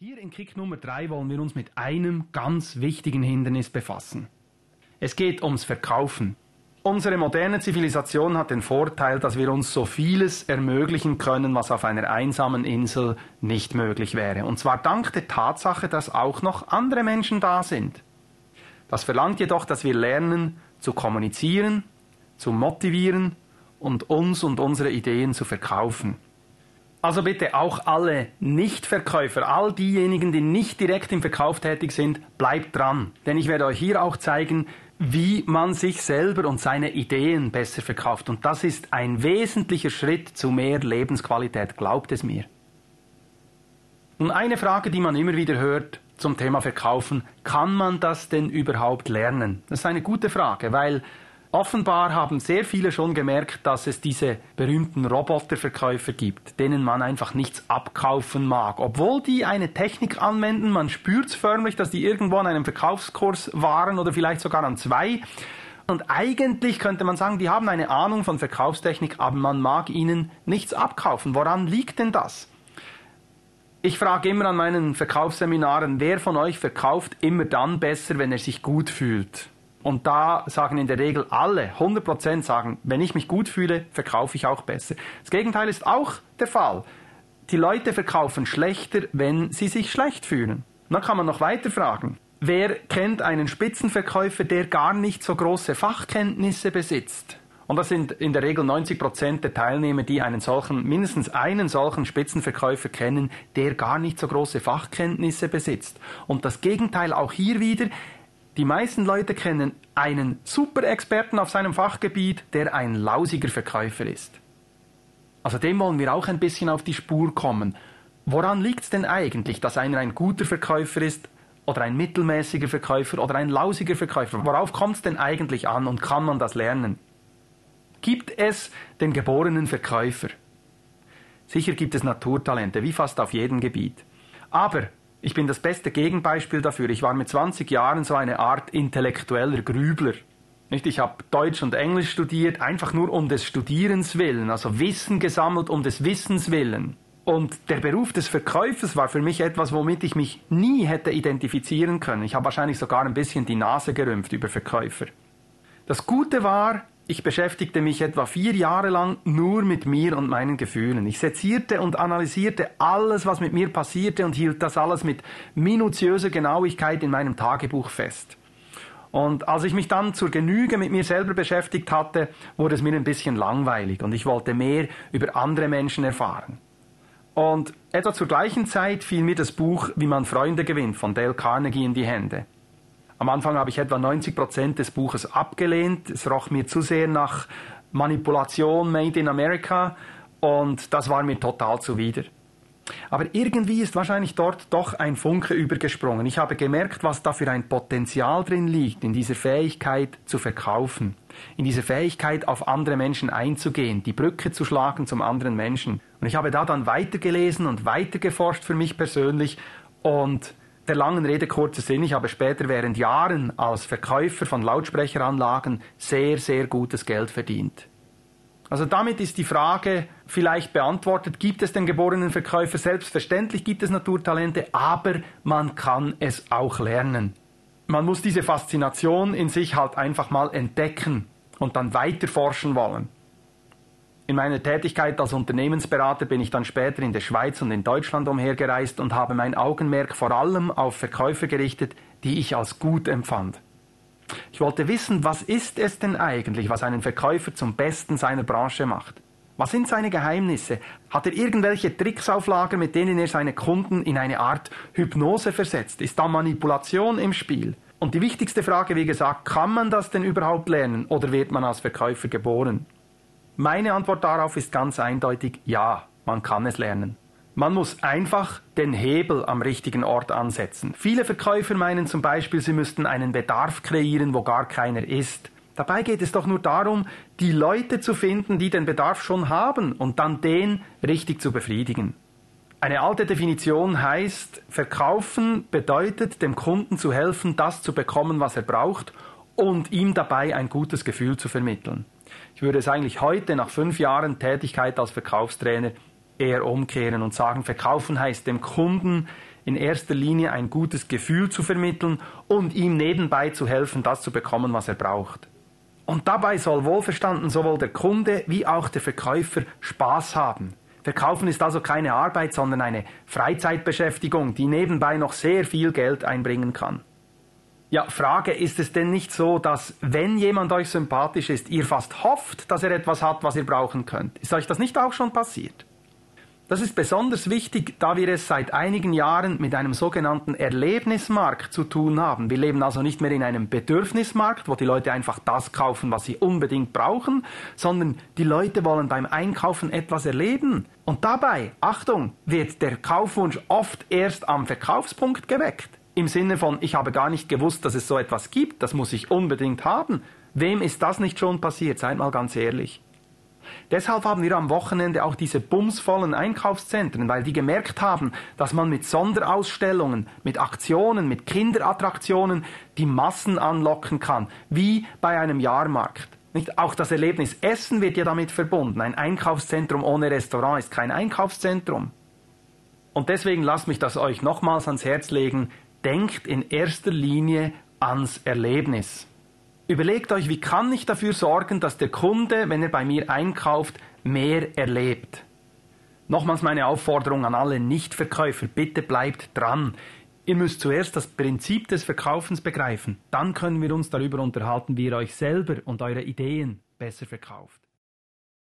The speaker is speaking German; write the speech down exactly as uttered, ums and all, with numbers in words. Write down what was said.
Hier in Kick Nummer drei wollen wir uns mit einem ganz wichtigen Hindernis befassen. Es geht ums Verkaufen. Unsere moderne Zivilisation hat den Vorteil, dass wir uns so vieles ermöglichen können, was auf einer einsamen Insel nicht möglich wäre. Und zwar dank der Tatsache, dass auch noch andere Menschen da sind. Das verlangt jedoch, dass wir lernen, zu kommunizieren, zu motivieren und uns und unsere Ideen zu verkaufen. Also bitte auch alle Nichtverkäufer, all diejenigen, die nicht direkt im Verkauf tätig sind, bleibt dran. Denn ich werde euch hier auch zeigen, wie man sich selber und seine Ideen besser verkauft. Und das ist ein wesentlicher Schritt zu mehr Lebensqualität, glaubt es mir. Und eine Frage, die man immer wieder hört zum Thema Verkaufen: Kann man das denn überhaupt lernen? Das ist eine gute Frage, weil offenbar haben sehr viele schon gemerkt, dass es diese berühmten Roboterverkäufer gibt, denen man einfach nichts abkaufen mag. Obwohl die eine Technik anwenden, man spürt es förmlich, dass die irgendwo an einem Verkaufskurs waren oder vielleicht sogar an zwei. Und eigentlich könnte man sagen, die haben eine Ahnung von Verkaufstechnik, aber man mag ihnen nichts abkaufen. Woran liegt denn das? Ich frage immer an meinen Verkaufsseminaren, wer von euch verkauft immer dann besser, wenn er sich gut fühlt? Und da sagen in der Regel alle, hundert Prozent sagen, wenn ich mich gut fühle, verkaufe ich auch besser. Das Gegenteil ist auch der Fall. Die Leute verkaufen schlechter, wenn sie sich schlecht fühlen. Und dann kann man noch weiter fragen. Wer kennt einen Spitzenverkäufer, der gar nicht so große Fachkenntnisse besitzt? Und das sind in der Regel neunzig Prozent der Teilnehmer, die einen solchen, mindestens einen solchen Spitzenverkäufer kennen, der gar nicht so große Fachkenntnisse besitzt. Und das Gegenteil auch hier wieder. Die meisten Leute kennen einen Super-Experten auf seinem Fachgebiet, der ein lausiger Verkäufer ist. Also dem wollen wir auch ein bisschen auf die Spur kommen. Woran liegt es denn eigentlich, dass einer ein guter Verkäufer ist oder ein mittelmäßiger Verkäufer oder ein lausiger Verkäufer? Worauf kommt es denn eigentlich an und kann man das lernen? Gibt es den geborenen Verkäufer? Sicher gibt es Naturtalente, wie fast auf jedem Gebiet. Aber ich bin das beste Gegenbeispiel dafür. Ich war mit zwanzig Jahren so eine Art intellektueller Grübler. Ich habe Deutsch und Englisch studiert, einfach nur um des Studierens willen, also Wissen gesammelt um des Wissens willen. Und der Beruf des Verkäufers war für mich etwas, womit ich mich nie hätte identifizieren können. Ich habe wahrscheinlich sogar ein bisschen die Nase gerümpft über Verkäufer. Das Gute war, ich beschäftigte mich etwa vier Jahre lang nur mit mir und meinen Gefühlen. Ich sezierte und analysierte alles, was mit mir passierte und hielt das alles mit minutiöser Genauigkeit in meinem Tagebuch fest. Und als ich mich dann zur Genüge mit mir selber beschäftigt hatte, wurde es mir ein bisschen langweilig und ich wollte mehr über andere Menschen erfahren. Und etwa zur gleichen Zeit fiel mir das Buch Wie man Freunde gewinnt von Dale Carnegie in die Hände. Am Anfang habe ich etwa neunzig Prozent des Buches abgelehnt. Es roch mir zu sehr nach Manipulation made in America und das war mir total zuwider. Aber irgendwie ist wahrscheinlich dort doch ein Funke übergesprungen. Ich habe gemerkt, was da für ein Potenzial drin liegt, in dieser Fähigkeit zu verkaufen, in dieser Fähigkeit, auf andere Menschen einzugehen, die Brücke zu schlagen zum anderen Menschen. Und ich habe da dann weitergelesen und weitergeforscht für mich persönlich und der langen Rede kurzer Sinn, ich habe später während Jahren als Verkäufer von Lautsprecheranlagen sehr, sehr gutes Geld verdient. Also damit ist die Frage vielleicht beantwortet, gibt es den geborenen Verkäufer? Selbstverständlich gibt es Naturtalente, aber man kann es auch lernen. Man muss diese Faszination in sich halt einfach mal entdecken und dann weiter forschen wollen. In meiner Tätigkeit als Unternehmensberater bin ich dann später in der Schweiz und in Deutschland umhergereist und habe mein Augenmerk vor allem auf Verkäufer gerichtet, die ich als gut empfand. Ich wollte wissen, was ist es denn eigentlich, was einen Verkäufer zum Besten seiner Branche macht? Was sind seine Geheimnisse? Hat er irgendwelche Tricks auf Lager, mit denen er seine Kunden in eine Art Hypnose versetzt? Ist da Manipulation im Spiel? Und die wichtigste Frage, wie gesagt, kann man das denn überhaupt lernen oder wird man als Verkäufer geboren? Meine Antwort darauf ist ganz eindeutig, ja, man kann es lernen. Man muss einfach den Hebel am richtigen Ort ansetzen. Viele Verkäufer meinen zum Beispiel, sie müssten einen Bedarf kreieren, wo gar keiner ist. Dabei geht es doch nur darum, die Leute zu finden, die den Bedarf schon haben und dann den richtig zu befriedigen. Eine alte Definition heißt, verkaufen bedeutet, dem Kunden zu helfen, das zu bekommen, was er braucht und ihm dabei ein gutes Gefühl zu vermitteln. Ich würde es eigentlich heute, nach fünf Jahren Tätigkeit als Verkaufstrainer, eher umkehren und sagen, verkaufen heißt dem Kunden in erster Linie ein gutes Gefühl zu vermitteln und ihm nebenbei zu helfen, das zu bekommen, was er braucht. Und dabei soll wohlverstanden sowohl der Kunde wie auch der Verkäufer Spaß haben. Verkaufen ist also keine Arbeit, sondern eine Freizeitbeschäftigung, die nebenbei noch sehr viel Geld einbringen kann. Ja, Frage, ist es denn nicht so, dass, wenn jemand euch sympathisch ist, ihr fast hofft, dass er etwas hat, was ihr brauchen könnt? Ist euch das nicht auch schon passiert? Das ist besonders wichtig, da wir es seit einigen Jahren mit einem sogenannten Erlebnismarkt zu tun haben. Wir leben also nicht mehr in einem Bedürfnismarkt, wo die Leute einfach das kaufen, was sie unbedingt brauchen, sondern die Leute wollen beim Einkaufen etwas erleben. Und dabei, Achtung, wird der Kaufwunsch oft erst am Verkaufspunkt geweckt. Im Sinne von, ich habe gar nicht gewusst, dass es so etwas gibt, das muss ich unbedingt haben. Wem ist das nicht schon passiert? Seid mal ganz ehrlich. Deshalb haben wir am Wochenende auch diese bumsvollen Einkaufszentren, weil die gemerkt haben, dass man mit Sonderausstellungen, mit Aktionen, mit Kinderattraktionen die Massen anlocken kann, wie bei einem Jahrmarkt. Nicht? Auch das Erlebnis Essen wird ja damit verbunden. Ein Einkaufszentrum ohne Restaurant ist kein Einkaufszentrum. Und deswegen lasst mich das euch nochmals ans Herz legen, denkt in erster Linie ans Erlebnis. Überlegt euch, wie kann ich dafür sorgen, dass der Kunde, wenn er bei mir einkauft, mehr erlebt. Nochmals meine Aufforderung an alle Nichtverkäufer, bitte bleibt dran. Ihr müsst zuerst das Prinzip des Verkaufens begreifen. Dann können wir uns darüber unterhalten, wie ihr euch selber und eure Ideen besser verkauft.